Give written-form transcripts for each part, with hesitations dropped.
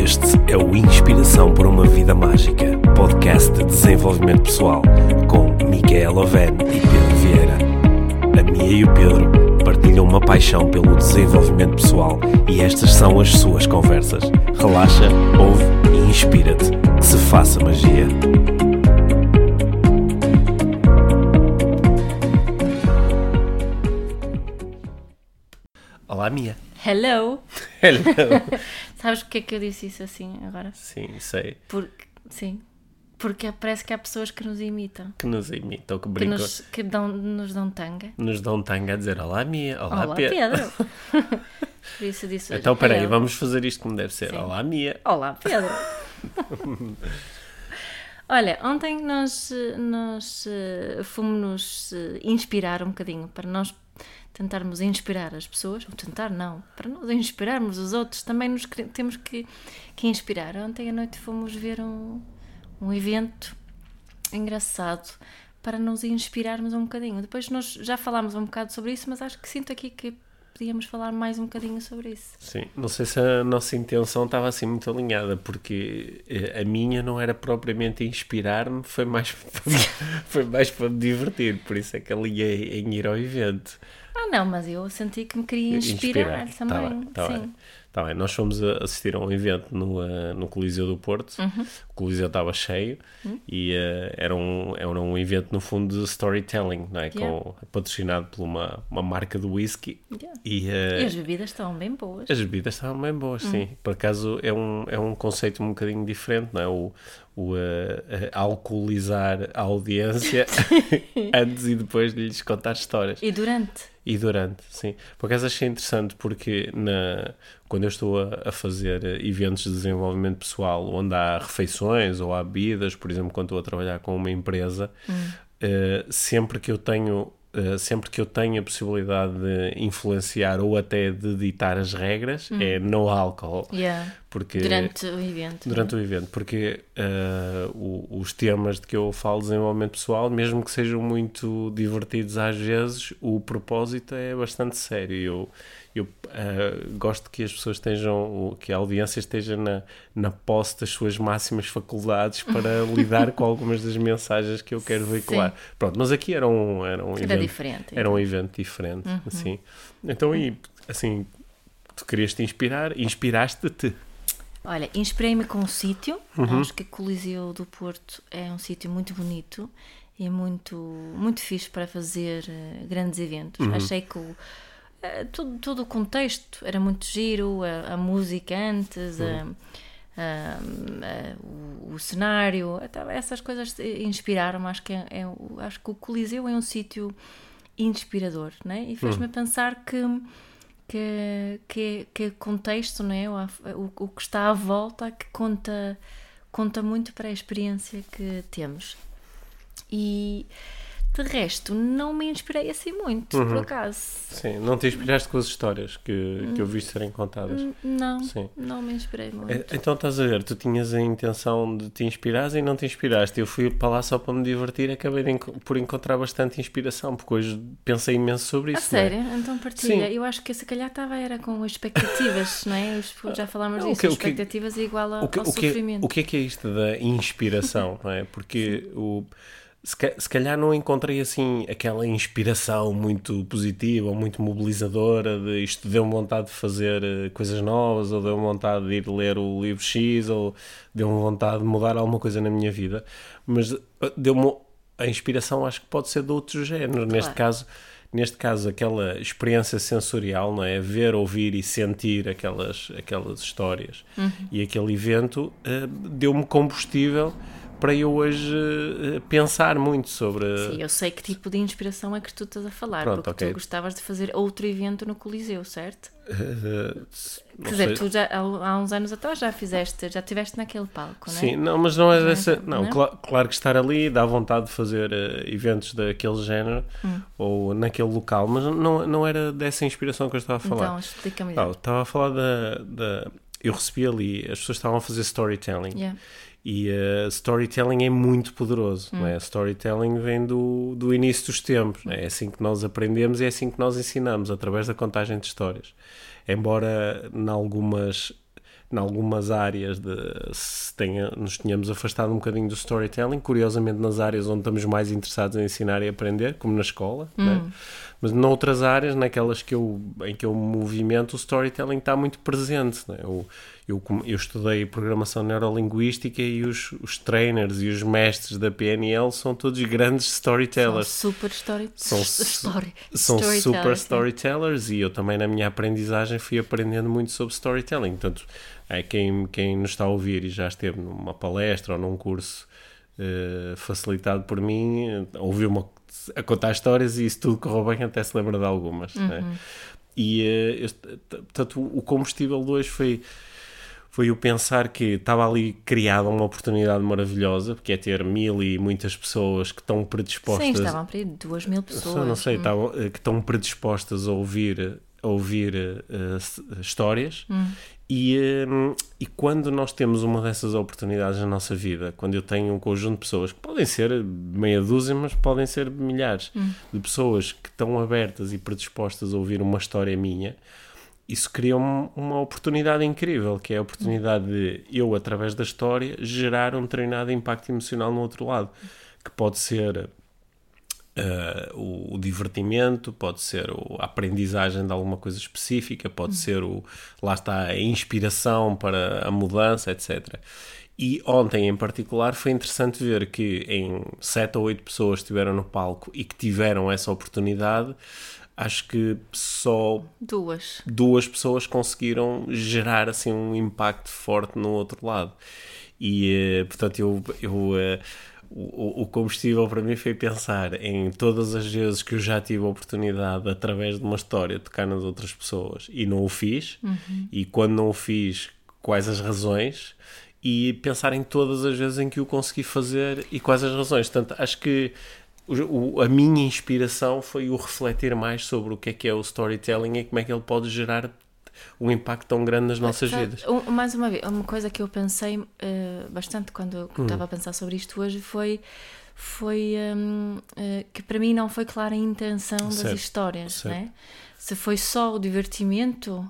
Este é o Inspiração por uma Vida Mágica, podcast de desenvolvimento pessoal, com Micaela Oven e Pedro Vieira. A Mia e o Pedro partilham uma paixão pelo desenvolvimento pessoal e estas são as suas conversas. Relaxa, ouve e inspira-te. Que se faça magia. Olá, Mia. Hello! Hello. Sabes porque é que eu disse isso assim agora? Sim, sei. Porque parece que há pessoas que nos imitam. Que nos imitam, que brincam. Nos dão tanga. Nos dão tanga a dizer olá, Mia. Olá, Pedro. Por isso eu disse hoje. Então, peraí, vamos fazer isto como deve ser. Sim. Olá, Mia. Olá, Pedro. Olha, ontem nós fomos-nos inspirar um bocadinho para nós tentarmos inspirar as pessoas, ou tentar não, para nós inspirarmos os outros, também nos temos que inspirar. Ontem à noite fomos ver um evento engraçado para nos inspirarmos um bocadinho. Depois nós já falámos um bocado sobre isso, mas acho que sinto aqui que podíamos falar mais um bocadinho sobre isso. Sim, não sei se a nossa intenção estava assim muito alinhada, porque a minha não era propriamente inspirar-me, foi mais para me divertir, por isso é que alinhei em ir ao evento. Não, mas eu senti que me queria inspirar também. Tá bem. Nós fomos assistir a um evento no Coliseu do Porto. Uhum. O Coliseu estava cheio e era um evento, no fundo, de storytelling, não é? Patrocinado por uma marca de whisky. Yeah. E as bebidas estavam bem boas. As bebidas estavam bem boas, sim. Por acaso é um conceito um bocadinho diferente, não é? O alcoolizar a audiência antes e depois de lhes contar histórias. E durante, sim. Por acaso achei interessante porque quando eu estou a fazer eventos de desenvolvimento pessoal onde há refeições ou há bebidas, por exemplo, quando estou a trabalhar com uma empresa, sempre que eu tenho a possibilidade de influenciar ou até de ditar as regras, é no álcool. Yeah. Porque, durante o evento. Durante o evento, porque os temas de que eu falo de desenvolvimento pessoal, mesmo que sejam muito divertidos às vezes, o propósito é bastante sério. Eu gosto que as pessoas que a audiência esteja na posse das suas máximas faculdades para lidar com algumas das mensagens que eu quero veicular. Sim. Pronto, mas aqui era um evento diferente. Era um evento diferente, assim. Então, e assim, tu querias te inspirar, inspiraste-te? Olha, inspirei-me com um sítio. Acho que o Coliseu do Porto é um sítio muito bonito e muito, muito fixe para fazer grandes eventos. Achei que todo o contexto era muito giro, a música antes, o cenário, essas coisas inspiraram-me. Acho que o Coliseu é um sítio inspirador, né? E fez-me pensar que contexto, não é? O que está à volta que conta muito para a experiência que temos. E de resto não me inspirei assim muito, por acaso. Sim, não te inspiraste com as histórias que eu vi serem contadas? Não me inspirei muito. Então estás a ver, tu tinhas a intenção de te inspirares e não te inspiraste. Eu fui para lá só para me divertir e acabei por encontrar bastante inspiração, porque hoje pensei imenso sobre isso. Sério? Então partilha. Sim. Eu acho que se calhar era com expectativas, não é? Já falámos disso, expectativas é igual ao sofrimento. O que é isto da inspiração, não é? Porque se calhar não encontrei assim aquela inspiração muito positiva ou muito mobilizadora de isto deu-me vontade de fazer coisas novas, ou deu-me vontade de ir ler o livro X, ou deu-me vontade de mudar alguma coisa na minha vida, mas deu-me a inspiração, acho que pode ser de outro género. Claro. Neste caso aquela experiência sensorial, não é? Ver, ouvir e sentir aquelas histórias. E aquele evento deu-me combustível para eu hoje pensar muito sobre... Sim, eu sei que tipo de inspiração é que tu estás a falar. Pronto, porque tu gostavas de fazer outro evento no Coliseu, certo? Quer dizer, tu já, há uns anos atrás já estiveste naquele palco, não é? Sim, não, mas não é dessa... Não, claro que estar ali dá vontade de fazer eventos daquele género ou naquele local, mas não era dessa inspiração que eu estava a falar. Então, explica-me. Estava a falar eu recebi ali, as pessoas estavam a fazer storytelling. Yeah. E storytelling é muito poderoso, não é? Storytelling vem do início dos tempos, não é? É assim que nós aprendemos e é assim que nós ensinamos, através da contagem de histórias. Embora em algumas áreas nos tenhamos afastado um bocadinho do storytelling, curiosamente nas áreas onde estamos mais interessados em ensinar e aprender, como na escola, né? Mas noutras áreas, naquelas em que eu me movimento, o storytelling está muito presente, né? Eu estudei programação neurolinguística e os trainers e os mestres da PNL são todos grandes storytellers. São super São super storytellers, e eu também na minha aprendizagem fui aprendendo muito sobre storytelling. Portanto, quem nos está a ouvir e já esteve numa palestra ou num curso facilitado por mim, ouviu-me a contar histórias e isso tudo correu bem, até se lembra de algumas. Né? E, portanto, o combustível de hoje foi eu pensar que estava ali criada uma oportunidade maravilhosa, porque é ter 1000 e muitas pessoas que estão predispostas... Sim, estavam para aí 2000 pessoas. Não sei, que estão predispostas a ouvir histórias. E quando nós temos uma dessas oportunidades na nossa vida, quando eu tenho um conjunto de pessoas, que podem ser meia dúzia, mas podem ser milhares, de pessoas que estão abertas e predispostas a ouvir uma história minha, isso cria uma oportunidade incrível, que é a oportunidade de eu, através da história, gerar um determinado impacto emocional no outro lado, que pode ser o divertimento, pode ser a aprendizagem de alguma coisa específica, pode ser lá está, a inspiração para a mudança, etc. E ontem, em particular, foi interessante ver que em 7 ou 8 pessoas que estiveram no palco e que tiveram essa oportunidade, acho que só duas pessoas conseguiram gerar assim um impacto forte no outro lado. E, portanto, o combustível para mim foi pensar em todas as vezes que eu já tive a oportunidade, através de uma história, de tocar nas outras pessoas e não o fiz, e quando não o fiz, quais as razões, e pensar em todas as vezes em que o consegui fazer e quais as razões. Portanto, acho que a minha inspiração foi o refletir mais sobre o que é o storytelling e como é que ele pode gerar um impacto tão grande nas nossas vidas. Mais uma vez, uma coisa que eu pensei bastante quando estava a pensar sobre isto hoje foi que para mim não foi clara a intenção das histórias, né? Se foi só o divertimento,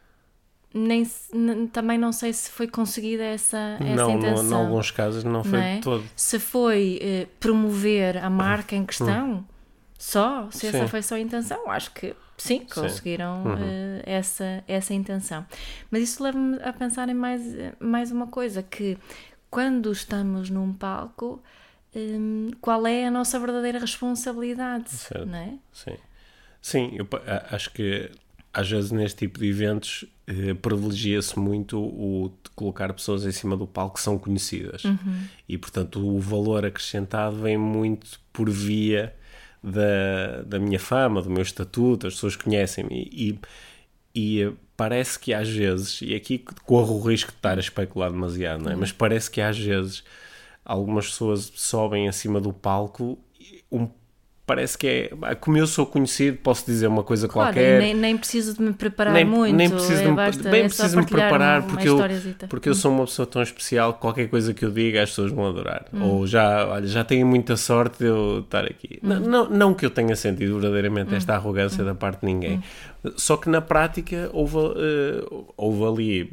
também não sei se foi conseguida essa intenção. Em alguns casos não foi de todo. Se foi promover a marca em questão, se essa foi só a intenção, acho que sim, conseguiram essa intenção. Mas isso leva-me a pensar em mais uma coisa, que quando estamos num palco, qual é a nossa verdadeira responsabilidade, não é? Sim, eu acho que às vezes neste tipo de eventos privilegia-se muito o de colocar pessoas em cima do palco que são conhecidas. E, portanto, o valor acrescentado vem muito por via da minha fama, do meu estatuto, as pessoas conhecem-me. E parece que às vezes, e aqui corro o risco de estar a especular demasiado, não é? Mas parece que às vezes algumas pessoas sobem acima do palco parece que é... Como eu sou conhecido, posso dizer uma coisa qualquer... Nem preciso de me preparar muito. Nem preciso de me preparar, porque eu sou uma pessoa tão especial que qualquer coisa que eu diga as pessoas vão adorar. Ou já tenho muita sorte de eu estar aqui. Não que eu tenha sentido verdadeiramente esta arrogância da parte de ninguém. Só que na prática houve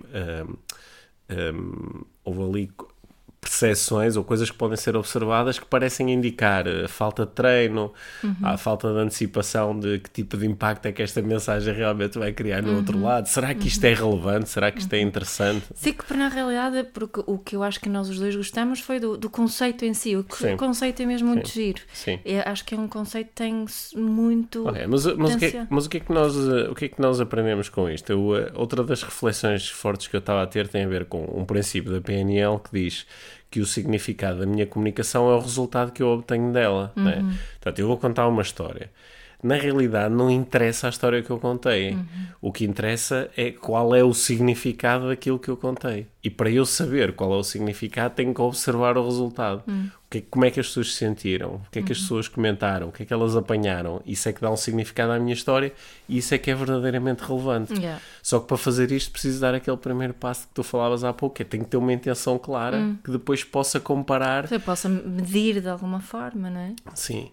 ali percepções ou coisas que podem ser observadas que parecem indicar a falta de treino, a falta de antecipação de que tipo de impacto é que esta mensagem realmente vai criar no outro lado. Será que isto é relevante? Será que isto é interessante? Sim, que na realidade, porque o que eu acho que nós os dois gostamos foi do conceito em si. O conceito é mesmo muito giro. Eu acho que é um conceito que tem muito mas o que é que nós aprendemos com isto? Outra das reflexões fortes que eu estava a ter tem a ver com um princípio da PNL que diz que o significado da minha comunicação é o resultado que eu obtenho dela. Né? Portanto, eu vou contar uma história. Na realidade, não interessa a história que eu contei. O que interessa é qual é o significado daquilo que eu contei. E para eu saber qual é o significado, tenho que observar o resultado. Como é que as pessoas se sentiram? O que é que as pessoas comentaram? O que é que elas apanharam? Isso é que dá um significado à minha história e isso é que é verdadeiramente relevante. Só que para fazer isto preciso dar aquele primeiro passo que tu falavas há pouco, que é tenho que ter uma intenção clara que depois possa comparar. Que possa medir de alguma forma, não é? Sim.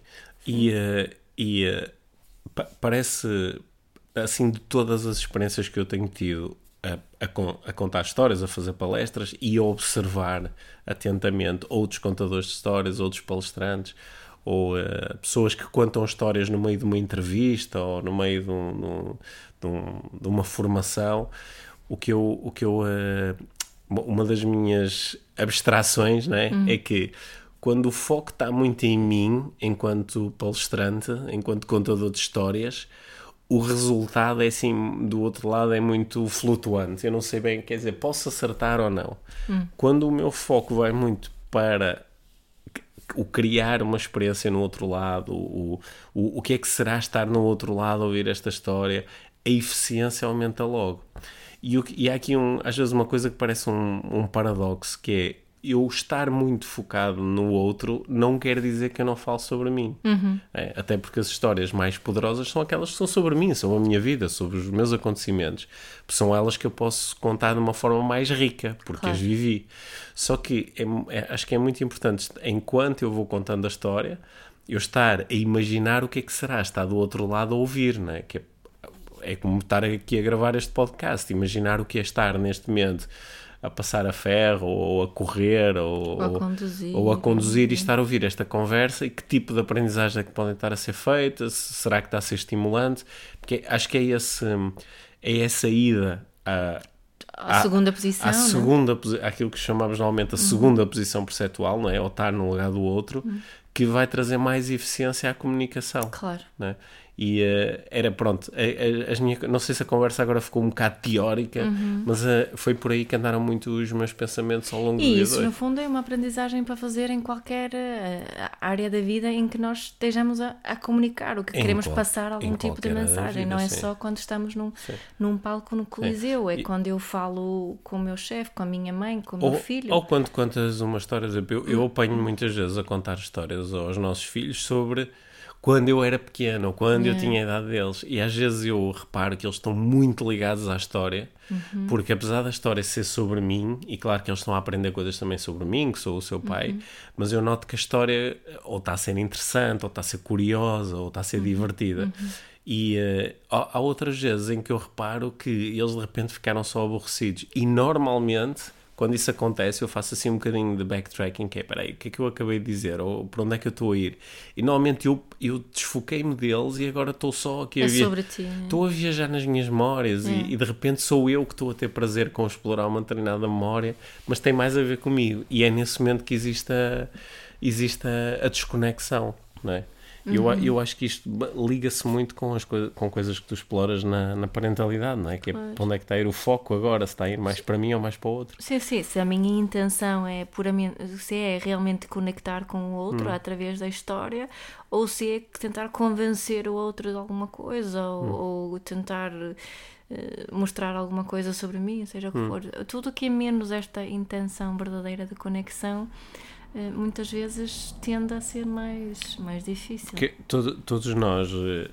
Parece, assim, de todas as experiências que eu tenho tido, a contar histórias, a fazer palestras e a observar atentamente outros contadores de histórias, outros palestrantes, ou pessoas que contam histórias no meio de uma entrevista ou no meio de uma formação. Uma das minhas abstrações, né, é que quando o foco está muito em mim, enquanto palestrante, enquanto contador de histórias, o resultado é assim, do outro lado, é muito flutuante. Eu não sei bem, quer dizer, posso acertar ou não. Quando o meu foco vai muito para o criar uma experiência no outro lado, o que é que será estar no outro lado a ouvir esta história, a eficiência aumenta logo. E há aqui, às vezes, uma coisa que parece um paradoxo, que é eu estar muito focado no outro não quer dizer que eu não falo sobre mim. Até porque as histórias mais poderosas são aquelas que são sobre mim, sobre a minha vida, sobre os meus acontecimentos. São elas que eu posso contar de uma forma mais rica, porque as vivi. Só que acho que é muito importante, enquanto eu vou contando a história, eu estar a imaginar o que é que será estar do outro lado a ouvir, não é? Que é como estar aqui a gravar este podcast, imaginar o que é estar neste momento a passar a ferro, ou a correr, ou a conduzir e estar a ouvir esta conversa, e que tipo de aprendizagem é que podem estar a ser feitas, será que está a ser estimulante, porque acho que é essa ida à segunda posição, àquilo que chamamos normalmente a segunda posição perceptual, não é? Ou estar no lugar do outro, que vai trazer mais eficiência à comunicação. Claro. Não é? E era pronto, não sei se a conversa agora ficou um bocado teórica, mas foi por aí que andaram muito os meus pensamentos ao longo do dia. E isso, no fundo, é uma aprendizagem para fazer em qualquer área da vida em que nós estejamos a comunicar o que queremos passar, algum tipo de mensagem. Não é só quando estamos num palco no Coliseu, é quando eu falo com o meu chefe, com a minha mãe, com o meu filho. Ou quando contas uma história, eu apanho muitas vezes a contar histórias aos nossos filhos sobre quando eu era pequeno, ou quando eu tinha a idade deles. E às vezes eu reparo que eles estão muito ligados à história, porque apesar da história ser sobre mim, e claro que eles estão a aprender coisas também sobre mim, que sou o seu pai, mas eu noto que a história ou está a ser interessante, ou está a ser curiosa, ou está a ser divertida. E há outras vezes em que eu reparo que eles de repente ficaram só aborrecidos. E normalmente, quando isso acontece, eu faço assim um bocadinho de backtracking, que é, peraí, o que é que eu acabei de dizer? Ou para onde é que eu estou a ir? E normalmente eu desfoquei-me deles e agora estou só aqui a sobre ti, né? Estou a viajar nas minhas memórias e de repente sou eu que estou a ter prazer com explorar uma determinada memória, mas tem mais a ver comigo. E é nesse momento que existe a desconexão, não é? Eu acho que isto liga-se muito com coisas que tu exploras na parentalidade, não é? Que é para onde é que está a ir o foco agora, se está a ir mais para mim ou mais para o outro. Sim, se a minha intenção é puramente, se é realmente conectar com o outro através da história, ou se é tentar convencer o outro de alguma coisa, ou tentar mostrar alguma coisa sobre mim, seja o que for. Tudo que é menos esta intenção verdadeira de conexão, muitas vezes tende a ser mais difícil. Porque todos nós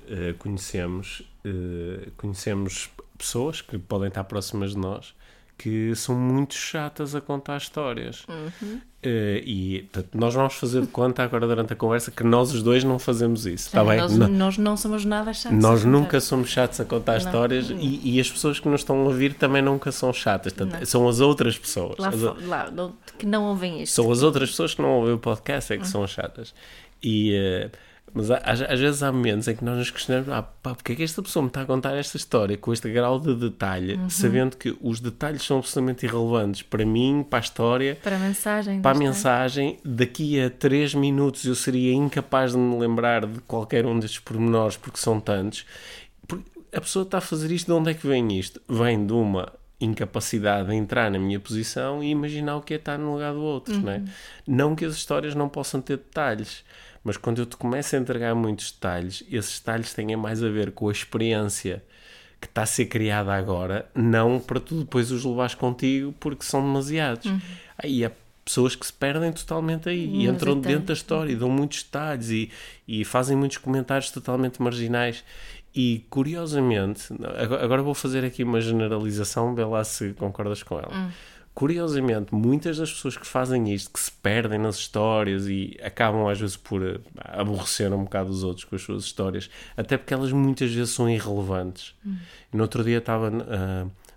conhecemos pessoas que podem estar próximas de nós que são muito chatas a contar histórias. E portanto, nós vamos fazer de conta agora durante a conversa que nós os dois não fazemos isso, está bem? Nós não somos nada chatos. Nós nunca somos chatos a contar histórias e as pessoas que nos estão a ouvir também nunca são chatas. Portanto, são as outras pessoas que não ouvem isto. São as outras pessoas que não ouvem o podcast é que são chatas. Mas às vezes há momentos em que nós nos questionamos porque é que esta pessoa me está a contar esta história com este grau de detalhe, sabendo que os detalhes são absolutamente irrelevantes para mim, para a história, para a mensagem. Daqui a 3 minutos eu seria incapaz de me lembrar de qualquer um destes pormenores, porque são tantos. Porque a pessoa está a fazer isto, de onde é que vem isto? Vem de uma incapacidade de entrar na minha posição e imaginar o que é estar no lugar do outro, não é? Não que as histórias não possam ter detalhes, mas quando eu te começo a entregar muitos detalhes, esses detalhes têm mais a ver com a experiência que está a ser criada agora, não para tu depois os levares contigo porque são demasiados. Aí há pessoas que se perdem totalmente aí e entram dentro da história e dão muitos detalhes e fazem muitos comentários totalmente marginais. E, curiosamente, agora vou fazer aqui uma generalização, vê lá se concordas com ela. Curiosamente, muitas das pessoas que fazem isto, que se perdem nas histórias e acabam às vezes por aborrecer um bocado os outros com as suas histórias, até porque elas muitas vezes são irrelevantes. No outro dia estava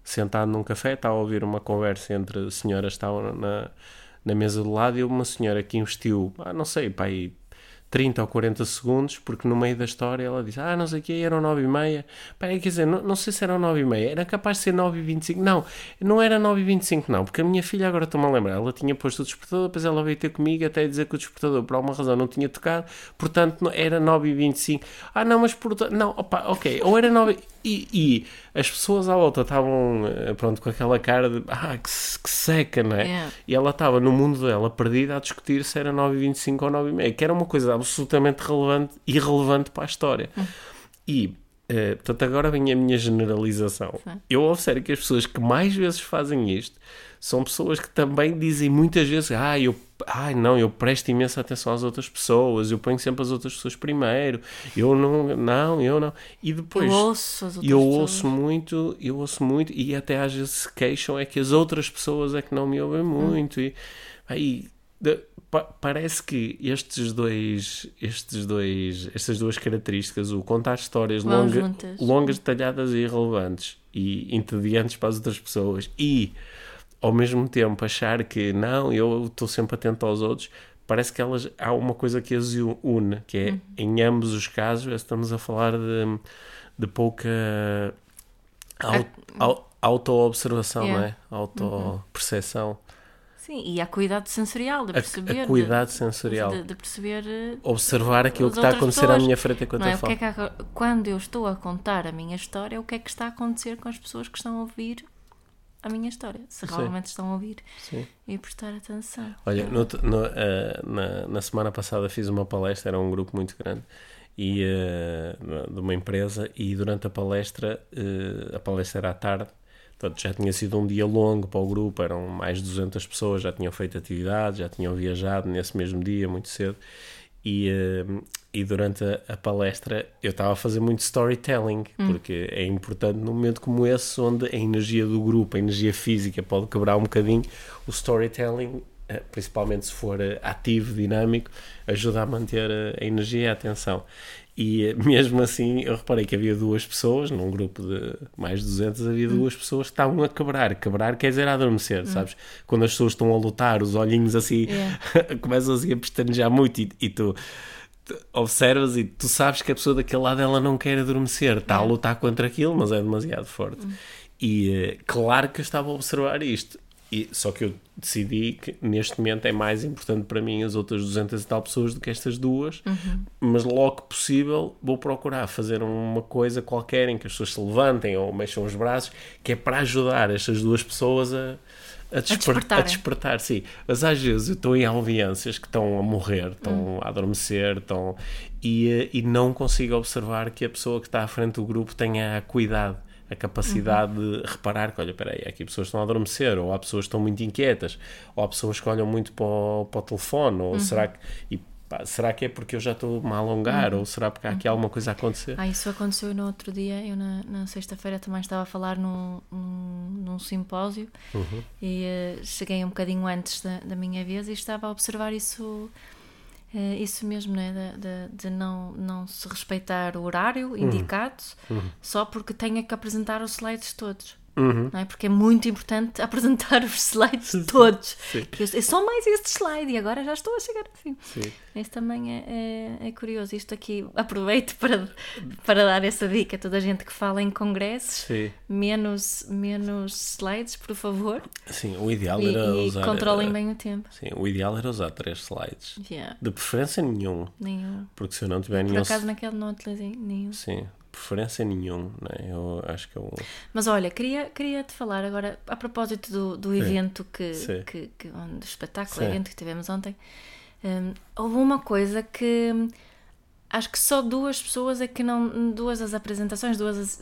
sentado num café, estava a ouvir uma conversa entre senhoras que estavam na mesa do lado, e uma senhora que investiu, não sei, pá, aí 30 ou 40 segundos, porque no meio da história ela disse, não sei o que, eram 9h30. Quer dizer, não sei se eram 9h30, era capaz de ser 9h25. Não era 9h25 não, porque a minha filha, agora estou-me a lembrar, ela tinha posto o despertador, depois ela veio ter comigo até dizer que o despertador por alguma razão não tinha tocado, portanto era 9h25. Mas portanto, não, opa, ok, ou era 9 e as pessoas à volta estavam, pronto, com aquela cara de, que seca, não é? Yeah. E ela estava no mundo dela, perdida, a discutir se era 9h25 ou 9h30, que era uma coisa absolutamente irrelevante para a história. E, portanto, agora vem a minha generalização. Sim. Eu observo que as pessoas que mais vezes fazem isto são pessoas que também dizem muitas vezes, eu presto imensa atenção às outras pessoas, eu ponho sempre as outras pessoas primeiro, eu não. E depois Eu ouço as outras eu pessoas. ouço muito, e até às vezes se queixam é que as outras pessoas é que não me ouvem muito. Parece que estas duas características, o contar histórias longas, detalhadas e irrelevantes e entediantes para as outras pessoas, e ao mesmo tempo achar que eu estou sempre atento aos outros, parece que há uma coisa que as une, que é, em ambos os casos, estamos a falar de pouca auto-observação, Yeah. não é? Auto-percepção. Sim, e há cuidado sensorial de perceber. A cuidado sensorial. De perceber. Observar aquilo as que está a outras acontecer à pessoas. minha frente enquanto Não é? eu falo. Quando eu estou a contar a minha história, o que é que está a acontecer com as pessoas que estão a ouvir a minha história? Se realmente estão a ouvir. Sim. E prestar atenção. Olha, na semana passada fiz uma palestra, era um grupo muito grande, e, de uma empresa, e durante a palestra era à tarde. Portanto, já tinha sido um dia longo para o grupo, eram mais de 200 pessoas, já tinham feito atividades, já tinham viajado nesse mesmo dia, muito cedo, e durante a palestra eu estava a fazer muito storytelling, porque é importante num momento como esse, onde a energia do grupo, a energia física pode quebrar um bocadinho, o storytelling, principalmente se for ativo, dinâmico, ajuda a manter a energia e a atenção. E mesmo assim eu reparei que havia duas pessoas, num grupo de mais de 200, havia duas pessoas que estavam a quebrar quer dizer a adormecer, sabes? Quando as pessoas estão a lutar, os olhinhos assim começam assim a pestanejar muito, e tu observas e tu sabes que a pessoa daquele lado, ela não quer adormecer, está a lutar contra aquilo, mas é demasiado forte. E claro que eu estava a observar isto. Só que eu decidi que neste momento é mais importante para mim as outras 200 e tal pessoas do que estas duas, mas logo que possível vou procurar fazer uma coisa qualquer em que as pessoas se levantem ou mexam os braços, que é para ajudar estas duas pessoas a despertar, sim. Mas às vezes eu estou em audiências que estão a morrer, estão a adormecer, e não consigo observar que a pessoa que está à frente do grupo tenha cuidado, a capacidade de reparar que, olha, espera aí, aqui pessoas estão a adormecer, ou há pessoas que estão muito inquietas, ou há pessoas que olham muito para o telefone, ou será que é porque eu já estou-me a alongar, ou será porque há aqui alguma coisa a acontecer? Isso aconteceu no outro dia. Eu na sexta-feira também estava a falar num simpósio, e cheguei um bocadinho antes da minha vez e estava a observar isso mesmo, né? de não se respeitar o horário indicado só porque tenha que apresentar os slides todos. Não é? Porque é muito importante apresentar os slides todos. É só mais este slide e agora já estou a chegar assim. Isso também é curioso. Isto aqui, aproveito para dar essa dica a toda a gente que fala em congressos. Menos slides, por favor. Sim, o ideal era usar... E controlem bem o tempo. Sim, o ideal era usar 3 slides. De preferência nenhum. Porque se eu não tiver nenhum... Por acaso naquele não utilizei nenhum. Sim. Preferência nenhum, não é? Eu acho que é Mas olha, queria-te falar agora a propósito do evento do espetáculo, evento que tivemos ontem. Houve uma coisa que acho que só 2 pessoas é que não, 2 das apresentações, 2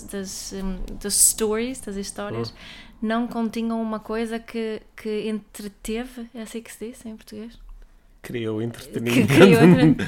das stories, das histórias, não continham uma coisa que entreteve, é assim que se diz em português? Criou entretenimento.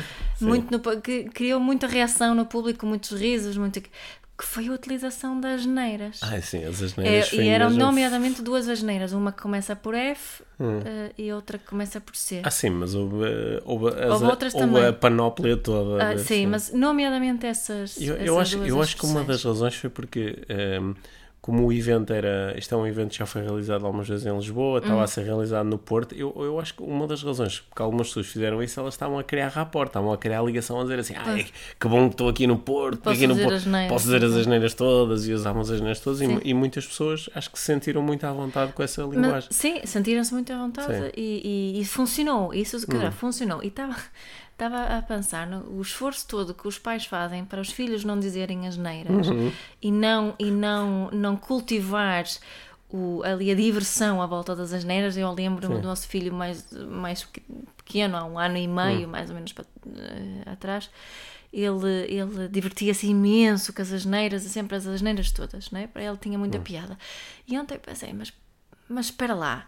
Criou muita reação no público, muitos risos, que foi a utilização das asneiras. Sim, as asneiras. E eram nomeadamente 2 asneiras, uma que começa por F e outra que começa por C. Sim, mas houve outras também. A panóplia toda. Sim, mas nomeadamente essas eu acho duas que uma das razões foi porque como o evento era... Isto é um evento que já foi realizado algumas vezes em Lisboa, estava a ser realizado no Porto. Eu acho que uma das razões porque algumas pessoas fizeram isso, elas estavam a criar rapport, estavam a criar a ligação, a dizer assim, que bom que estou aqui no Porto, Posso aqui no dizer Porto, asneiras, posso dizer as asneiras todas e usamos as asneiras todas, Sim. e muitas pessoas acho que se sentiram muito à vontade com essa linguagem. Sim, sentiram-se muito à vontade Sim. e funcionou. Isso, cara, funcionou. E estava a pensar no esforço todo que os pais fazem para os filhos não dizerem asneiras e não cultivar ali a diversão à volta das asneiras. Eu lembro-me do nosso filho mais pequeno, há 1 ano e meio, mais ou menos atrás. Ele divertia-se imenso com as asneiras, sempre as asneiras todas, não é? Para ele tinha muita piada. E ontem pensei, mas espera lá,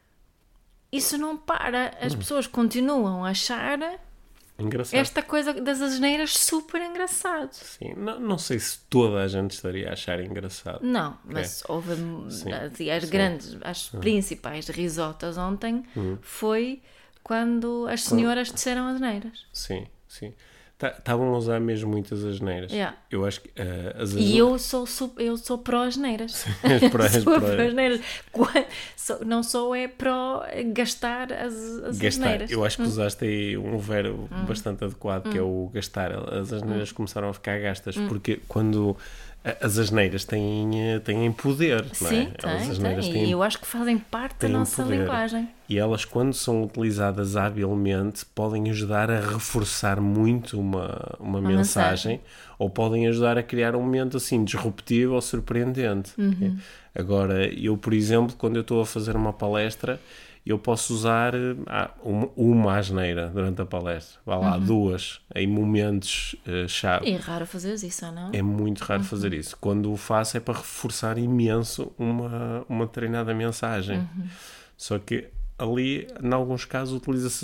isso não para, as pessoas continuam a achar Engraçado. esta coisa das asneiras super engraçado. Sim, não sei se toda a gente estaria a achar engraçado. Não, mas houve as grandes, as principais risotas ontem foi quando as senhoras disseram asneiras. Sim. Estavam a usar mesmo muitas asneiras. Yeah. Eu acho que E eu sou pró-asneiras. És pró- Sou pró-asneiras. Não sou pró gastar as gastar. asneiras. Eu acho que usaste aí um verbo bastante adequado, que é o gastar. As asneiras começaram a ficar gastas, porque quando as asneiras têm poder, não é? Sim, As asneiras tem. têm E eu acho que fazem parte da nossa poder. linguagem. E elas, quando são utilizadas habilmente, podem ajudar a reforçar muito uma mensagem, ou podem ajudar a criar um momento assim disruptivo ou surpreendente. Agora, eu, por exemplo, quando eu estou a fazer uma palestra, eu posso usar uma asneira durante a palestra. Vá lá, 2, em momentos chave. E é raro fazer isso, ou não? É muito raro fazer isso. Quando o faço é para reforçar imenso uma determinada mensagem. Só que ali, em alguns casos, utiliza-se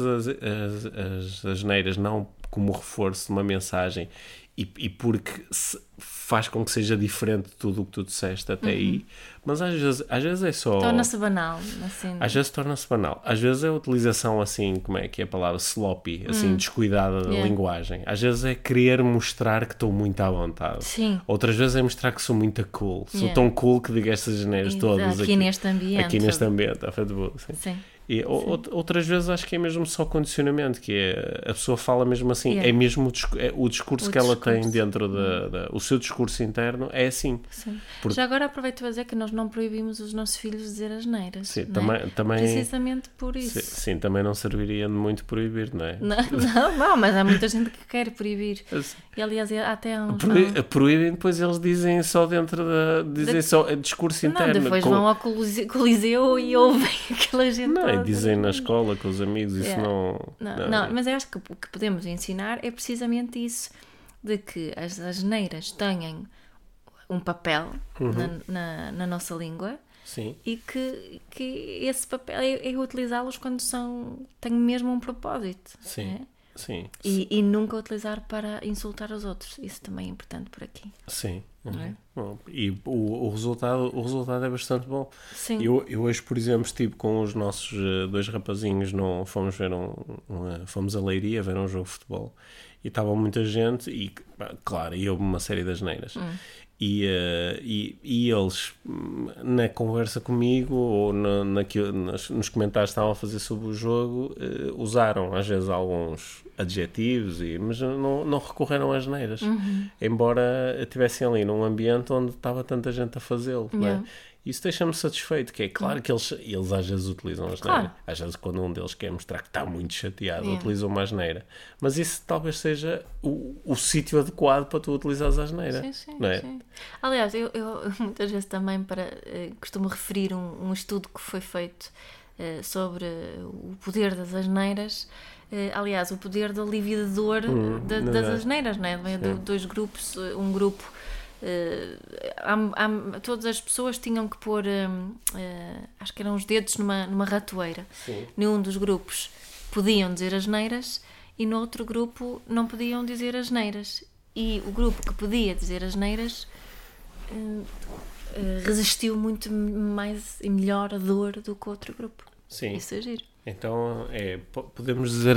as asneiras não como reforço de uma mensagem e porque faz com que seja diferente de tudo o que tu disseste até aí, mas às vezes é só... Torna-se banal. Assim. Às vezes torna-se banal. Às vezes é a utilização assim, como é que é a palavra? Sloppy, assim, descuidada da linguagem. Às vezes é querer mostrar que estou muito à vontade. Sim. Outras vezes é mostrar que sou muito cool. Sou tão cool que digo estas janeiras todas. Aqui neste ambiente. Aqui neste ambiente, à frente do bolo. Sim. E outras vezes acho que é mesmo só condicionamento, que é a pessoa fala mesmo assim, é mesmo o discurso que ela tem dentro o seu discurso interno é assim. Sim. Já agora aproveito para dizer que nós não proibimos os nossos filhos de dizer asneiras. Sim, não é? também, precisamente por isso. Sim, também não serviria de muito proibir, não é? Não, mas há muita gente que quer proibir. E aliás, até há uns... Proíbem, depois eles dizem só dentro dizem só discurso interno. Não, depois vão ao Coliseu e ouvem aquela gente. Não, e dizem na escola com os amigos, isso não... Não, mas eu acho que o que podemos ensinar é precisamente isso, de que as asneiras têm um papel na nossa língua. Sim. E que esse papel é utilizá-los quando têm mesmo um propósito. Sim. É? Sim. E nunca utilizar para insultar os outros. Isso também é importante por aqui. Sim. É? Bom, e o resultado é bastante bom. Sim. Eu hoje, por exemplo, estive com os nossos 2 rapazinhos, fomos ver fomos a Leiria ver um jogo de futebol e estava muita gente e, claro, e houve uma série de asneiras. E eles, na conversa comigo ou nos comentários que estavam a fazer sobre o jogo, usaram às vezes alguns adjetivos, mas não recorreram às asneiras, embora estivessem ali num ambiente onde estava tanta gente a fazê-lo. Não é? Isso deixa-me satisfeito, que é claro que eles às vezes utilizam a asneira. Claro. Às vezes quando um deles quer mostrar que está muito chateado, utilizam uma asneira. Mas isso talvez seja o sítio adequado para tu utilizares a asneira. Sim, não é? sim. Aliás, eu muitas vezes também costumo referir um estudo que foi feito sobre o poder das asneiras. Aliás, o poder da lividador das asneiras, não é? De 2 grupos, um grupo... todas as pessoas tinham que pôr acho que eram os dedos numa ratoeira. Num dos grupos podiam dizer asneiras e no outro grupo não podiam dizer asneiras, e o grupo que podia dizer asneiras resistiu muito mais e melhor a dor do que o outro grupo. Sim. Isso é giro. Então, podemos dizer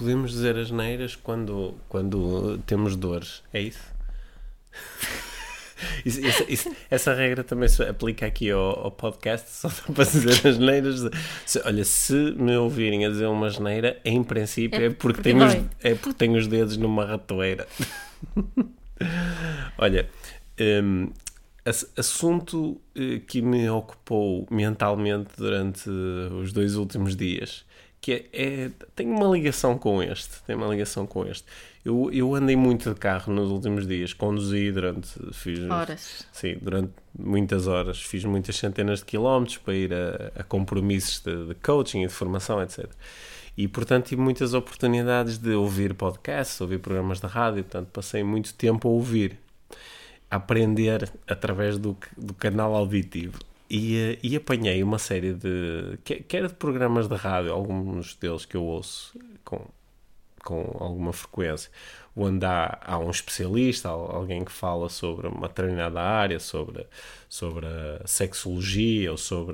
asneiras quando temos dores, é isso? Essa regra também se aplica aqui ao podcast, só para dizer as neiras. Olha, se me ouvirem a dizer uma asneira, em princípio é porque tenho os dedos numa ratoeira. Olha, assunto que me ocupou mentalmente durante os 2 últimos dias, que tem uma ligação com este. Eu andei muito de carro nos últimos dias, conduzi durante horas. Sim, durante muitas horas, fiz muitas centenas de quilómetros para ir a compromissos de coaching e de formação, etc. E, portanto, tive muitas oportunidades de ouvir podcasts, ouvir programas de rádio, portanto, passei muito tempo a ouvir, a aprender através do canal auditivo. E apanhei uma série quer de programas de rádio, alguns deles que eu ouço com alguma frequência, onde há um especialista, alguém que fala sobre uma determinada área, sobre a sexologia, ou sobre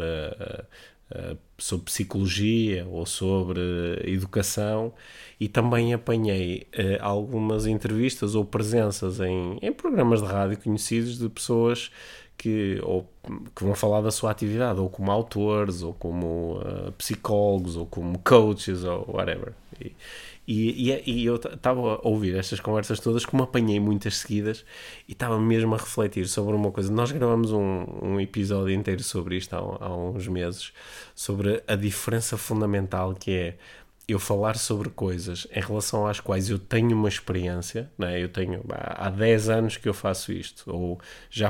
psicologia, ou sobre educação, e também apanhei algumas entrevistas ou presenças em programas de rádio conhecidos de pessoas que vão falar da sua atividade, ou como autores, ou como psicólogos, ou como coaches, ou whatever. E eu estava a ouvir estas conversas todas, como apanhei muitas seguidas, e estava mesmo a refletir sobre uma coisa. Nós gravamos um episódio inteiro sobre isto há uns meses, sobre a diferença fundamental que é eu falar sobre coisas em relação às quais eu tenho uma experiência, não é? Há 10 anos que eu faço isto, ou já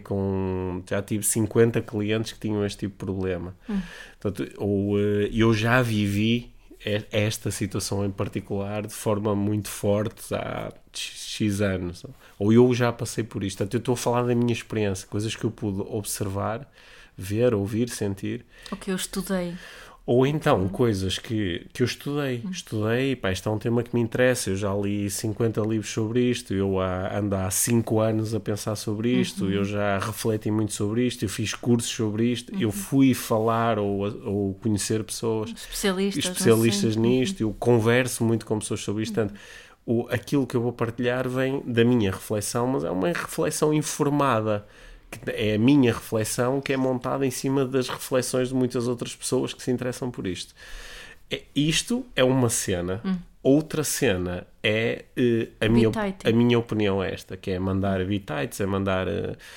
tive 50 clientes que tinham este tipo de problema. Portanto, ou eu já vivi esta situação em particular de forma muito forte há X anos, ou eu já passei por isto. Portanto, eu estou a falar da minha experiência, coisas que eu pude observar, ver, ouvir, sentir. O que eu estudei. Ou então, coisas que eu estudei, pá, isto é um tema que me interessa, eu já li 50 livros sobre isto, eu ando há 5 anos a pensar sobre isto, eu já refleti muito sobre isto, eu fiz cursos sobre isto, eu fui falar ou conhecer pessoas, especialistas nisto, eu converso muito com pessoas sobre isto, portanto, aquilo que eu vou partilhar vem da minha reflexão, mas é uma reflexão informada. É a minha reflexão que é montada em cima das reflexões de muitas outras pessoas que se interessam por isto. Isto é uma cena. Outra cena é a minha opinião esta, que é mandar bitites, é mandar...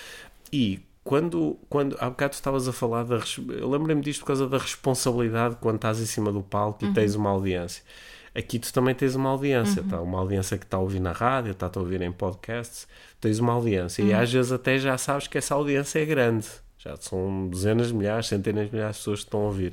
E quando há bocado tu estavas a falar eu lembrei-me disto por causa da responsabilidade quando estás em cima do palco e tens uma audiência. Aqui tu também tens uma audiência, tá? Uma audiência que está a ouvir na rádio, está a ouvir em podcasts, tens uma audiência e às vezes até já sabes que essa audiência é grande, já são dezenas de milhares, centenas de milhares de pessoas que estão a ouvir.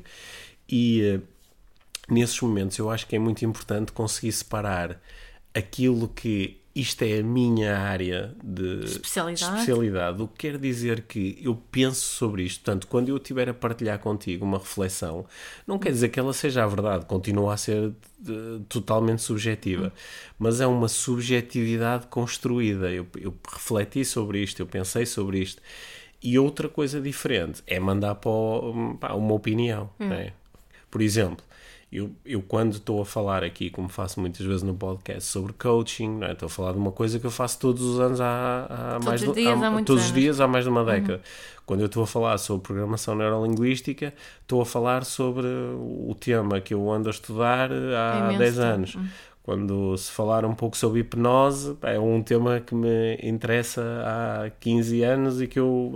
E nesses momentos eu acho que é muito importante conseguir separar aquilo que isto é a minha área de especialidade, o que quer dizer que eu penso sobre isto. Portanto, quando eu estiver a partilhar contigo uma reflexão, não quer dizer que ela seja a verdade, continua a ser totalmente subjetiva, mas é uma subjetividade construída. Eu refleti sobre isto, eu pensei sobre isto. E outra coisa diferente é mandar para uma opinião. Né? Por exemplo, eu quando estou a falar aqui, como faço muitas vezes no podcast, sobre coaching, não é? Estou a falar de uma coisa que eu faço todos os anos todos os dias há mais de uma década. Quando eu estou a falar sobre programação neurolinguística, estou a falar sobre o tema que eu ando a estudar há 10 anos. Quando se falar um pouco sobre hipnose, é um tema que me interessa há 15 anos e que eu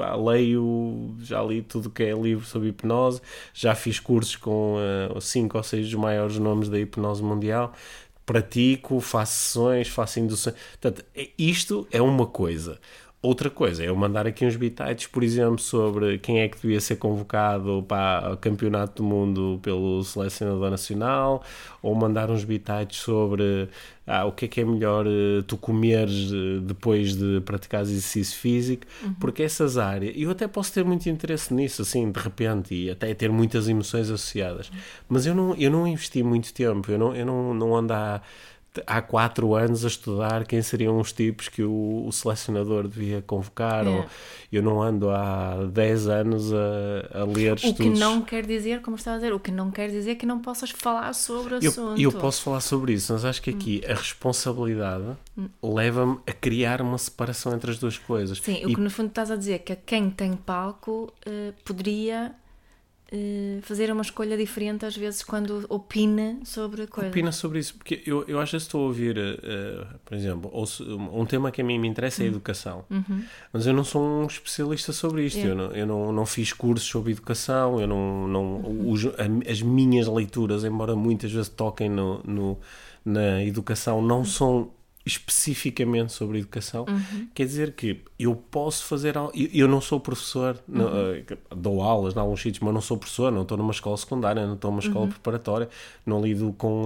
já li tudo que é livro sobre hipnose, já fiz cursos com 5 ou 6 dos maiores nomes da hipnose mundial, pratico, faço sessões, faço induções. Portanto, isto é uma coisa. Outra coisa é eu mandar aqui uns bitites, por exemplo, sobre quem é que devia ser convocado para o Campeonato do Mundo pelo Selecionador Nacional, ou mandar uns bitites sobre o que é melhor tu comeres depois de praticar exercício físico, porque essas áreas, eu até posso ter muito interesse nisso, assim, de repente, e até ter muitas emoções associadas, mas eu não investi muito tempo, eu não ando há 4 anos a estudar quem seriam os tipos que o selecionador devia convocar, ou eu não ando há 10 anos a ler estudos. O que não quer dizer, como estava a dizer, o que não quer dizer que não possas falar sobre o assunto. Eu posso falar sobre isso, mas acho que aqui a responsabilidade leva-me a criar uma separação entre as duas coisas. Sim, o que no fundo estás a dizer é que quem tem palco poderia fazer uma escolha diferente às vezes quando opina sobre coisas. Opina sobre isso, porque eu às vezes estou a ouvir, por exemplo, um tema que a mim me interessa é a educação, mas eu não sou um especialista sobre isto, eu não fiz cursos sobre educação, as minhas leituras, embora muitas vezes toquem na educação, não são especificamente sobre educação. Quer dizer que eu posso fazer algo. Eu não sou professor, dou aulas em alguns sítios, mas não sou professor, não estou numa escola secundária, não estou numa escola preparatória, não lido com.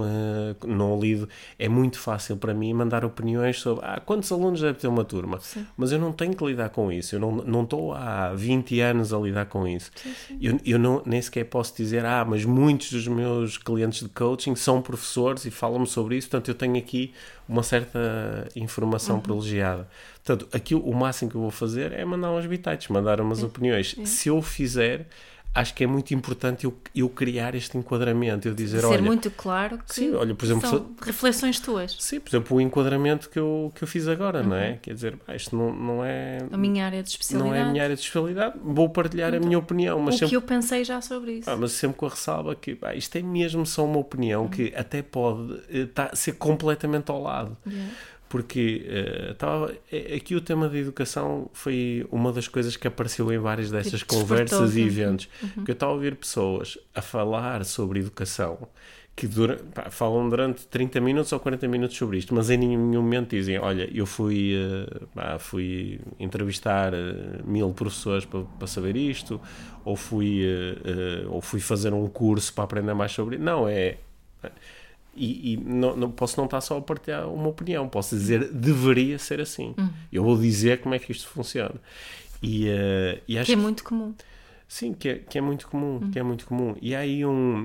É muito fácil para mim mandar opiniões sobre quantos alunos deve ter uma turma, mas eu não tenho que lidar com isso, eu não estou há 20 anos a lidar com isso. Eu nem sequer posso dizer, mas muitos dos meus clientes de coaching são professores e falam-me sobre isso, portanto eu tenho aqui uma certa informação privilegiada. Portanto, aqui o máximo que eu vou fazer é mandar uns bitites, mandar umas opiniões. Se eu fizer, acho que é muito importante eu criar este enquadramento, eu dizer, ser muito claro que sim, olha, por exemplo, são reflexões tuas. Sim, por exemplo, o enquadramento que eu fiz agora, não é? Quer dizer, isto não é a minha área de especialidade. Não é a minha área de especialidade, vou partilhar a minha opinião. Mas que eu pensei já sobre isso. Mas sempre com a ressalva que isto é mesmo só uma opinião que até pode ser completamente ao lado. Porque aqui o tema da educação foi uma das coisas que apareceu em várias destas conversas e eventos. Porque eu estava a ouvir pessoas a falar sobre educação que falam durante 30 minutos ou 40 minutos sobre isto, mas em nenhum momento dizem, olha, eu fui entrevistar 1000 professores para saber isto, ou fui fazer um curso para aprender mais sobre isso. Não, E não posso não estar só a partilhar uma opinião, posso dizer deveria ser assim. Eu vou dizer como é que isto funciona. E acho que é muito comum. Sim, que é muito comum, que é muito comum. E há aí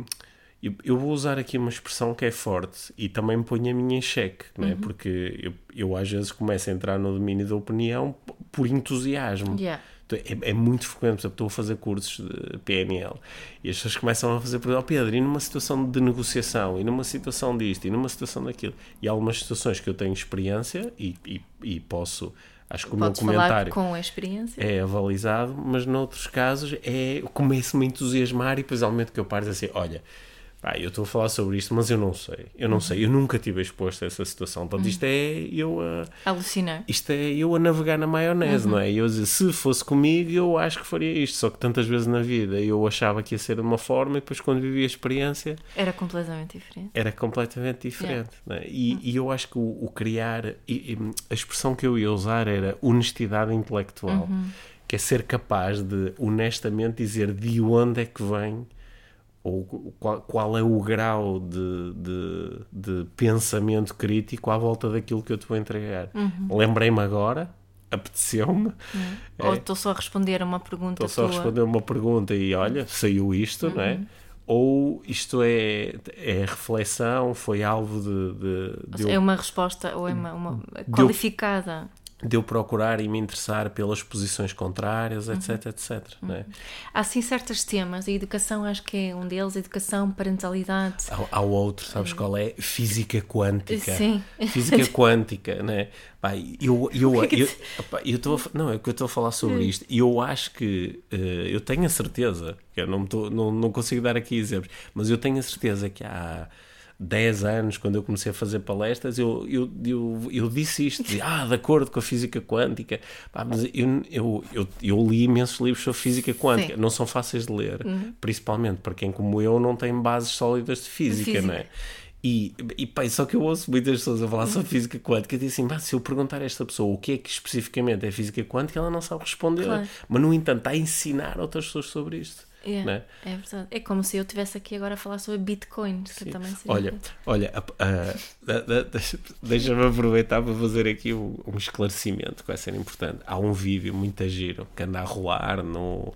eu vou usar aqui uma expressão que é forte e também me põe a minha em xeque, não é? Porque eu às vezes começo a entrar no domínio da opinião por entusiasmo. É muito frequente, por exemplo, estou a fazer cursos de PNL e as pessoas começam a fazer perguntas, Pedro, e numa situação de negociação, e numa situação disto, e numa situação daquilo, e há algumas situações que eu tenho experiência e posso, acho que o meu comentário com a experiência é avalizado, mas noutros casos começo-me a entusiasmar e depois há um momento que eu paro e digo assim, olha, eu estou a falar sobre isto, mas eu não sei, eu nunca tive exposto a essa situação, portanto isto é eu alucinar, isto é eu a navegar na maionese, não é? E eu dizer, se fosse comigo eu acho que faria isto, só que tantas vezes na vida eu achava que ia ser de uma forma e depois quando vivi a experiência era completamente diferente, não é? E eu acho que o criar, a expressão que eu ia usar era honestidade intelectual, que é ser capaz de honestamente dizer de onde é que vem ou qual é o grau de pensamento crítico à volta daquilo que eu te vou entregar. Lembrei-me agora, apeteceu-me. Ou estou só a responder a uma pergunta Estou só a responder a uma pergunta e olha, saiu isto, não é? Ou isto é reflexão, foi alvo de é uma resposta, ou é uma qualificada. De eu procurar e me interessar pelas posições contrárias, etc, etc. Não é? Há sim certos temas, a educação acho que é um deles, educação, parentalidade. Há outro, sabes qual é? Física quântica. Sim. Física quântica, não é? Não, é que eu estou a falar sobre isto e eu acho que, eu tenho a certeza, que eu não consigo dar aqui exemplos, mas eu tenho a certeza que há 10 anos, quando eu comecei a fazer palestras, eu disse isto, de acordo com a física quântica, mas eu li imensos livros sobre física quântica, não são fáceis de ler, principalmente para quem como eu não tem bases sólidas de física. Não é? Só que eu ouço muitas pessoas a falar sobre física quântica e dizem assim, se eu perguntar a esta pessoa o que é que especificamente é física quântica, ela não sabe responder, mas no entanto está a ensinar outras pessoas sobre isto. É verdade. É como se eu estivesse aqui agora a falar sobre Bitcoin. Que também seria olha, deixa-me aproveitar para fazer aqui um esclarecimento que vai ser importante. Há um vídeo muito giro que anda a rolar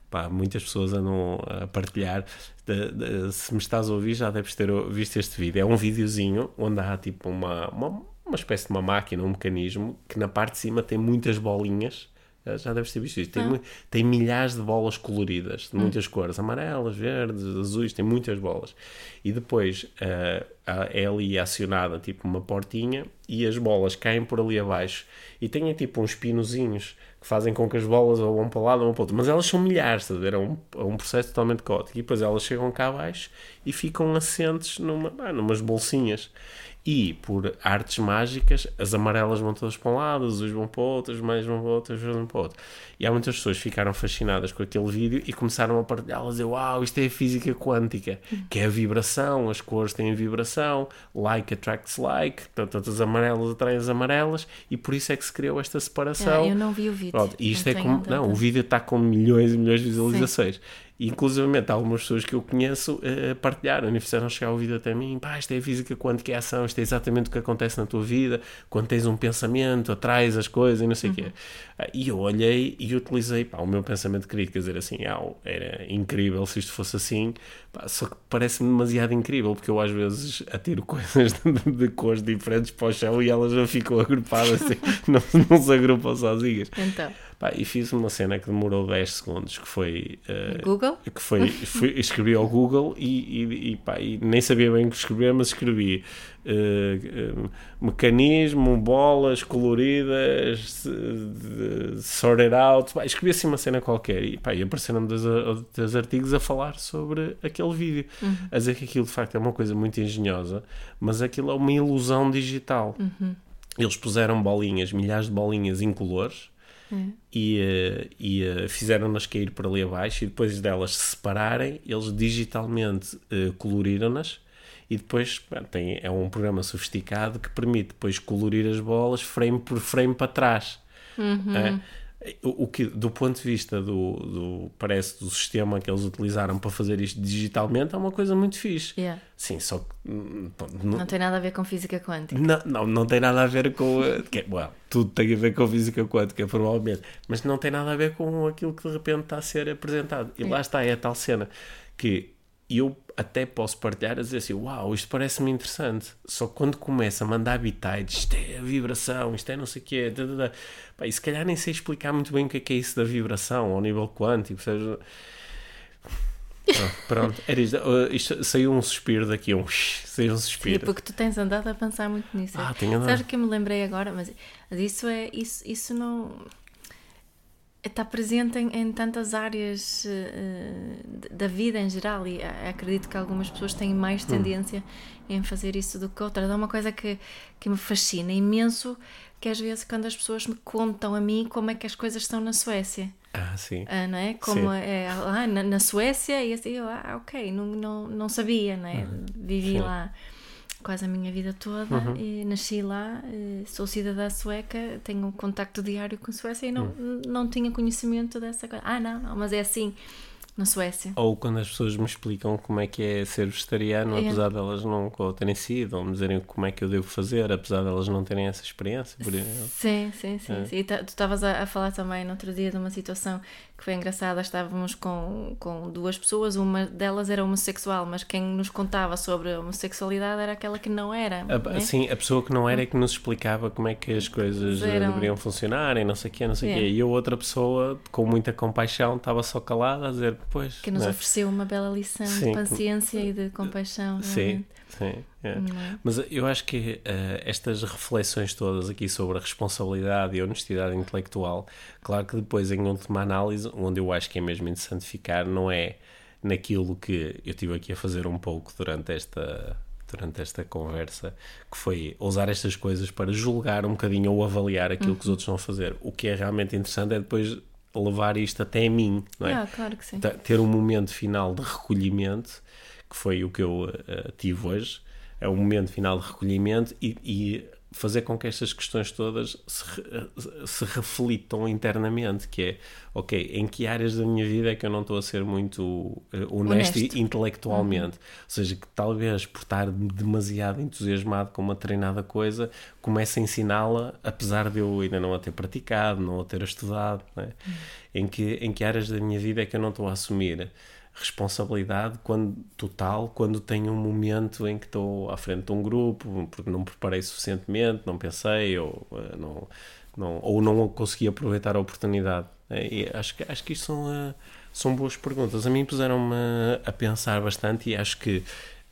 pá, muitas pessoas andam a partilhar. Se me estás a ouvir, já deves ter visto este vídeo. É um videozinho onde há tipo uma espécie de uma máquina, um mecanismo, que na parte de cima tem muitas bolinhas. Já deves ter visto isto. Tem milhares de bolas coloridas, de muitas cores, amarelas, verdes, azuis, tem muitas bolas. E depois é ali acionada tipo uma portinha e as bolas caem por ali abaixo e tem tipo uns pinozinhos que fazem com que as bolas ou vão para um lado ou vão para o outro. Mas elas são milhares, estás a ver? É um processo totalmente caótico. E depois elas chegam cá abaixo e ficam assentes numas bolsinhas. E, por artes mágicas, as amarelas vão todas para um lado, os azuis vão para o outro, os mais vão para o outro, os verdes vão para o outro. E há muitas pessoas que ficaram fascinadas com aquele vídeo e começaram a partilhá-las, dizer, uau, isto é a física quântica, que é a vibração, as cores têm vibração, like attracts like, portanto as amarelas atraem as amarelas, e por isso é que se criou esta separação. Eu não vi o vídeo. Pronto, e isto o vídeo está com milhões e milhões de visualizações. Sim. E, inclusivamente, algumas pessoas que eu conheço partilharam e fizeram chegar o vídeo até mim. Pá, isto é a física quântica, é a ação, isto é exatamente o que acontece na tua vida. Quando tens um pensamento, atrás as coisas e não sei o quê. E eu olhei e utilizei o meu pensamento crítico, quer dizer assim, era incrível se isto fosse assim. Pá, só que parece-me demasiado incrível, porque eu às vezes atiro coisas de cores diferentes para o chão e elas já ficam agrupadas, assim, não se agrupam sozinhas. Então... Pá, e fiz uma cena que demorou 10 segundos, que foi... Google? Que foi escrevi ao Google e nem sabia bem o que escrever, mas escrevi mecanismo, bolas coloridas, sorted out, pá, escrevi assim uma cena qualquer e apareceram-me dois artigos a falar sobre aquele vídeo, a dizer que aquilo de facto é uma coisa muito engenhosa, mas aquilo é uma ilusão digital. Eles puseram bolinhas, milhares de bolinhas incolores, e fizeram-nas cair por ali abaixo e depois delas se separarem, eles digitalmente coloriram-nas e depois é um programa sofisticado que permite depois colorir as bolas frame por frame para trás. O que, do ponto de vista do sistema que eles utilizaram para fazer isto digitalmente, é uma coisa muito fixe. Sim, só que não tem nada a ver com física quântica. Não tem nada a ver com tudo tem a ver com física quântica, provavelmente, mas não tem nada a ver com aquilo que de repente está a ser apresentado. E lá está, é a tal cena que eu até posso partilhar a dizer assim, uau, isto parece-me interessante, só que quando começa a mandar bitites, isto é a vibração, isto é não sei o quê, e se calhar nem sei explicar muito bem o que é isso da vibração ao nível quântico, seja... Pronto, era isto, saiu um suspiro daqui, saiu um suspiro. Sim, porque tu tens andado a pensar muito nisso. Tenho andado. Sabes o que eu me lembrei agora? Mas isso não... está presente em tantas áreas da vida em geral e acredito que algumas pessoas têm mais tendência em fazer isso do que outras. É uma coisa que me fascina imenso, que às vezes quando as pessoas me contam a mim como é que as coisas estão na Suécia. Sim. Não é? Como é na Suécia, e assim, ok, não sabia, não é? Vivi lá quase a minha vida toda e nasci lá, sou cidadã sueca, tenho um contacto diário com a Suécia e não tinha conhecimento dessa coisa. Não, mas é assim na Suécia. Ou quando as pessoas me explicam como é que é ser vegetariano, apesar de elas não terem sido, ou me dizerem como é que eu devo fazer, apesar de elas não terem essa experiência. Por exemplo. Sim. E tu estavas a falar também no outro dia de uma situação que foi engraçada. Estávamos com duas pessoas, uma delas era homossexual, mas quem nos contava sobre a homossexualidade era aquela que não era. Sim, a pessoa que não era é que nos explicava como é que as coisas deveriam funcionar e não sei o quê. E a outra pessoa, com muita compaixão, estava só calada a dizer, pois... Que nos ofereceu uma bela lição de paciência e de compaixão. Sim. Mas eu acho que estas reflexões todas aqui sobre a responsabilidade e a honestidade intelectual, claro que depois em última análise, onde eu acho que é mesmo interessante ficar, não é naquilo que eu estive aqui a fazer um pouco durante esta conversa, que foi usar estas coisas para julgar um bocadinho ou avaliar aquilo que os outros estão a fazer. O que é realmente interessante é depois levar isto até a mim, não é? Claro que sim. Ter um momento final de recolhimento, que foi o que eu tive hoje, é um momento final de recolhimento e fazer com que estas questões todas se reflitam internamente, que é, ok, em que áreas da minha vida é que eu não estou a ser muito honesto intelectualmente? Ou seja, que talvez por estar demasiado entusiasmado com uma treinada coisa, comece a ensiná-la, apesar de eu ainda não a ter praticado, não a ter estudado, não é? Em que áreas da minha vida é que eu não estou a assumir responsabilidade quando tenho um momento em que estou à frente de um grupo, porque não me preparei suficientemente, não pensei, ou não consegui aproveitar a oportunidade. E acho que isto são boas perguntas. A mim puseram-me a pensar bastante, e acho que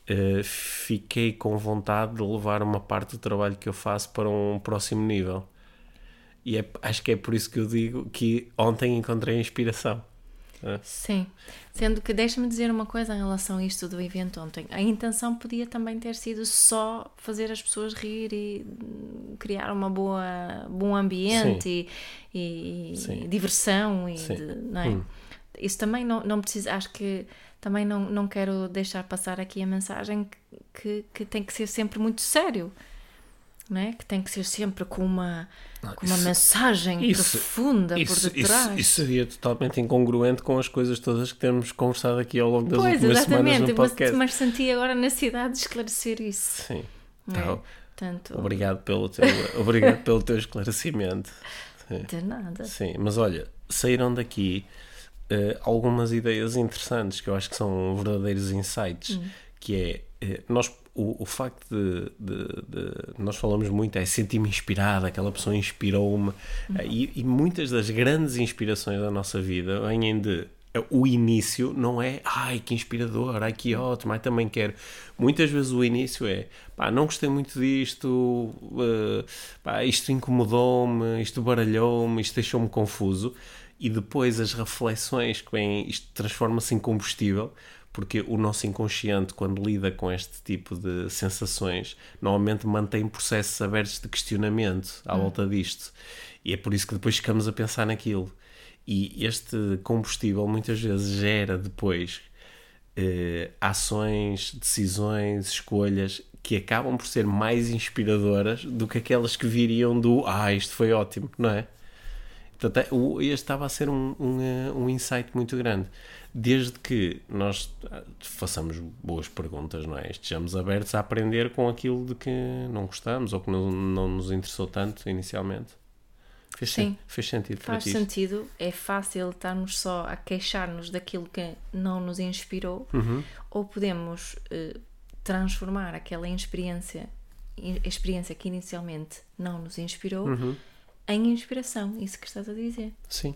fiquei com vontade de levar uma parte do trabalho que eu faço para um próximo nível. E acho que é por isso que eu digo que ontem encontrei a inspiração. Sim, sendo que deixa-me dizer uma coisa em relação a isto do evento ontem. A intenção podia também ter sido só fazer as pessoas rir e criar bom ambiente e diversão não é? Isso também não precisa, acho que também não quero deixar passar aqui a mensagem que tem que ser sempre muito sério. Não é? Que tem que ser sempre com uma mensagem profunda por detrás. Isso seria totalmente incongruente com as coisas todas que temos conversado aqui ao longo das últimas semanas no podcast. Mas senti agora a necessidade de esclarecer isso. Sim. Então, tanto... Obrigado pelo teu esclarecimento. Sim. De nada. Sim, mas olha, saíram daqui algumas ideias interessantes que eu acho que são verdadeiros insights, que é o facto de nós falamos muito, senti-me inspirado, aquela pessoa inspirou-me, e muitas das grandes inspirações da nossa vida vêm de o início, não é ai que inspirador, ai que ótimo, ai também quero. Muitas vezes o início é não gostei muito disto, isto incomodou-me, isto baralhou-me, isto deixou-me confuso, e depois as reflexões que vêm, isto transforma-se em combustível, porque o nosso inconsciente, quando lida com este tipo de sensações, normalmente mantém processos abertos de questionamento à volta disto. E é por isso que depois ficamos a pensar naquilo. E este combustível muitas vezes gera depois ações, decisões, escolhas que acabam por ser mais inspiradoras do que aquelas que viriam do isto foi ótimo, não é? Portanto, este estava a ser um insight muito grande. Desde que nós façamos boas perguntas, não é? Estejamos abertos a aprender com aquilo de que não gostamos ou que não nos interessou tanto inicialmente. Fez sentido para ti? Faz sentido. É fácil estarmos só a queixar-nos daquilo que não nos inspirou, ou podemos transformar aquela experiência que inicialmente não nos inspirou em inspiração. Isso que estás a dizer. Sim.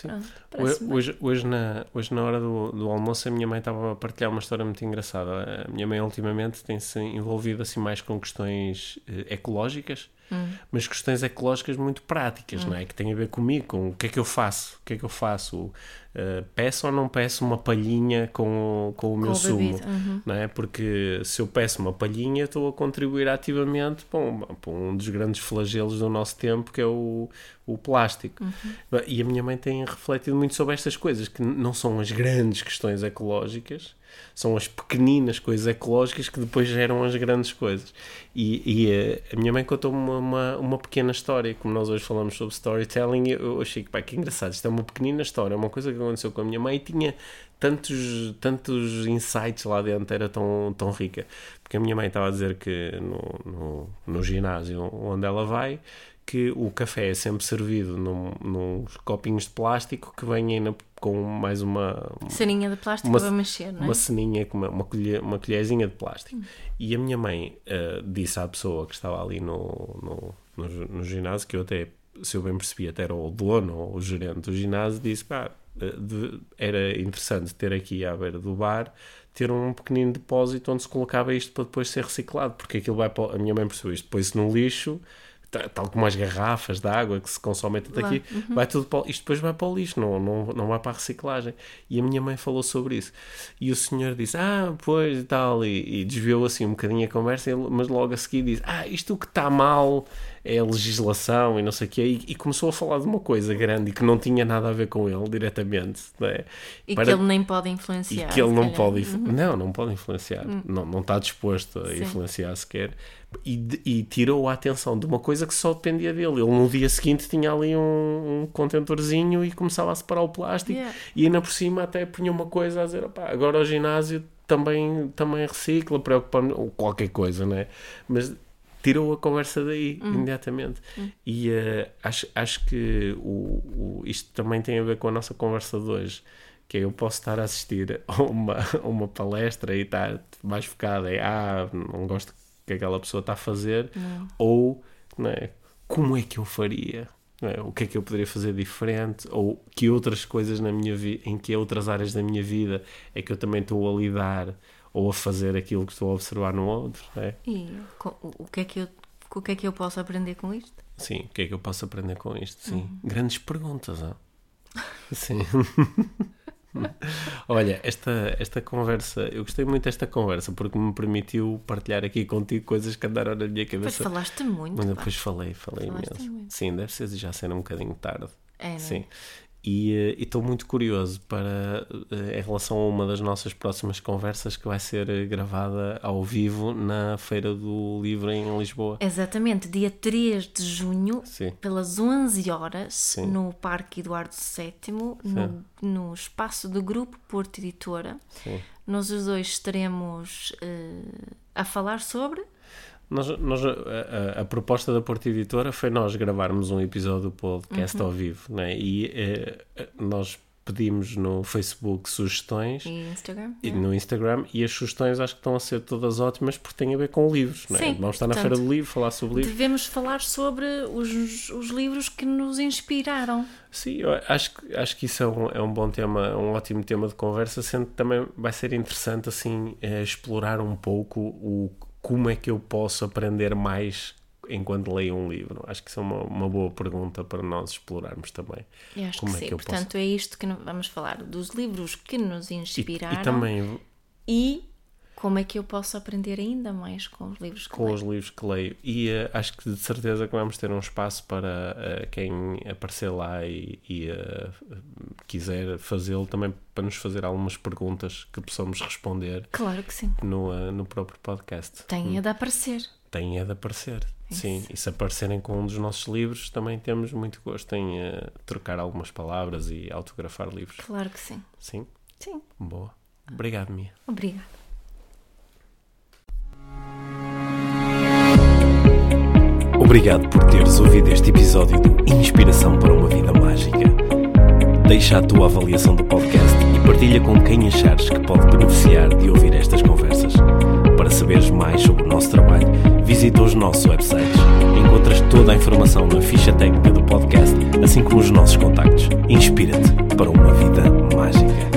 Hoje na hora do almoço a minha mãe estava a partilhar uma história muito engraçada. A minha mãe ultimamente tem-se envolvido assim mais com questões ecológicas, mas questões ecológicas muito práticas, não é? Que têm a ver comigo, com o que é que eu faço, peço ou não peço uma palhinha com o meu sumo, não é? Porque se eu peço uma palhinha estou a contribuir ativamente para um dos grandes flagelos do nosso tempo, que é o plástico. E a minha mãe tem refletido muito sobre estas coisas, que não são as grandes questões ecológicas, são as pequeninas coisas ecológicas que depois geram as grandes coisas. E a minha mãe contou-me uma pequena história, como nós hoje falamos sobre storytelling, eu achei que engraçado, isto é uma pequenina história, uma coisa que aconteceu com a minha mãe e tinha tantos insights lá dentro, era tão rica. Porque a minha mãe estava a dizer que no ginásio onde ela vai, que o café é sempre servido num copinhos de plástico que vêm com mais uma ceninha de plástico para mexer, não é? Uma ceninha com uma colherzinha de plástico. E a minha mãe disse à pessoa que estava ali no ginásio, que eu até, se eu bem percebi, até era o dono ou o gerente do ginásio, disse era interessante ter aqui à beira do bar ter um pequenino depósito onde se colocava isto para depois ser reciclado, porque aquilo a minha mãe percebeu isto, depois no lixo, tal como as garrafas de água que se consomem tanto aqui, vai tudo isto depois vai para o lixo, não vai para a reciclagem. E a minha mãe falou sobre isso. E o senhor disse, pois e tal, e desviou assim um bocadinho a conversa, mas logo a seguir disse, isto o que está mal é a legislação e não sei o quê, e começou a falar de uma coisa grande e que não tinha nada a ver com ele diretamente, não é? Que ele nem pode influenciar. E que ele não pode, não pode influenciar, não está disposto a influenciar sequer, e tirou a atenção de uma coisa que só dependia dele. Ele no dia seguinte tinha ali um contentorzinho e começava a separar o plástico e ainda por cima até punha uma coisa a dizer, opá, agora o ginásio também recicla, preocupa-me, ou qualquer coisa, não é? Mas tirou a conversa daí, imediatamente. E acho que isto também tem a ver com a nossa conversa de hoje, que eu posso estar a assistir a uma palestra e estar mais focado em não gosto do que aquela pessoa está a fazer, ou não é, como é que eu faria? Não é? O que é que eu poderia fazer diferente? Ou que outras coisas na minha vida, em que outras áreas da minha vida é que eu também estou a lidar ou a fazer aquilo que estou a observar no outro, não é? E o que é que eu posso aprender com isto? Sim, o que é que eu posso aprender com isto? Sim. Grandes perguntas, Sim. Olha, esta conversa, eu gostei muito desta conversa porque me permitiu partilhar aqui contigo coisas que andaram na minha cabeça. Depois falaste muito. Mas depois falei mesmo. Muito. Sim, deve ser já ser um bocadinho tarde. Não? Sim. E estou muito curioso em relação a uma das nossas próximas conversas que vai ser gravada ao vivo na Feira do Livro em Lisboa. Exatamente, dia 3 de junho, pelas 11 horas, no Parque Eduardo VII, no espaço do Grupo Porto Editora. Sim. Nós os dois estaremos a falar sobre... A proposta da Porto Editora foi nós gravarmos um episódio do podcast ao vivo, né? E nós pedimos no Facebook sugestões e no Instagram, e as sugestões acho que estão a ser todas ótimas porque têm a ver com livros, né? Vamos estar na Feira do Livro, falar sobre livros. Devemos falar sobre os livros que nos inspiraram. Sim, eu acho que isso é um bom tema, um ótimo tema de conversa, sendo que também vai ser interessante assim explorar um pouco como é que eu posso aprender mais enquanto leio um livro? Acho que isso é uma boa pergunta para nós explorarmos também. Eu acho que sim. Portanto, é isto que vamos falar, dos livros que nos inspiraram e também... E como é que eu posso aprender ainda mais com os livros que leio. Com os livros que leio. E acho que de certeza que vamos ter um espaço para quem aparecer lá e quiser fazê-lo, também para nos fazer algumas perguntas que possamos responder. Claro que sim. No próprio podcast. Tem de aparecer. Tem de aparecer, sim. E se aparecerem com um dos nossos livros, também temos muito gosto em trocar algumas palavras e autografar livros. Claro que sim. Sim? Sim. Boa. Obrigado, Mia. Obrigada. Obrigado por teres ouvido este episódio de Inspiração para uma Vida Mágica. Deixa a tua avaliação do podcast e partilha com quem achares que pode beneficiar de ouvir estas conversas. Para saberes mais sobre o nosso trabalho, visita os nossos websites. Encontras toda a informação na ficha técnica do podcast, assim como os nossos contactos. Inspira-te para uma vida mágica.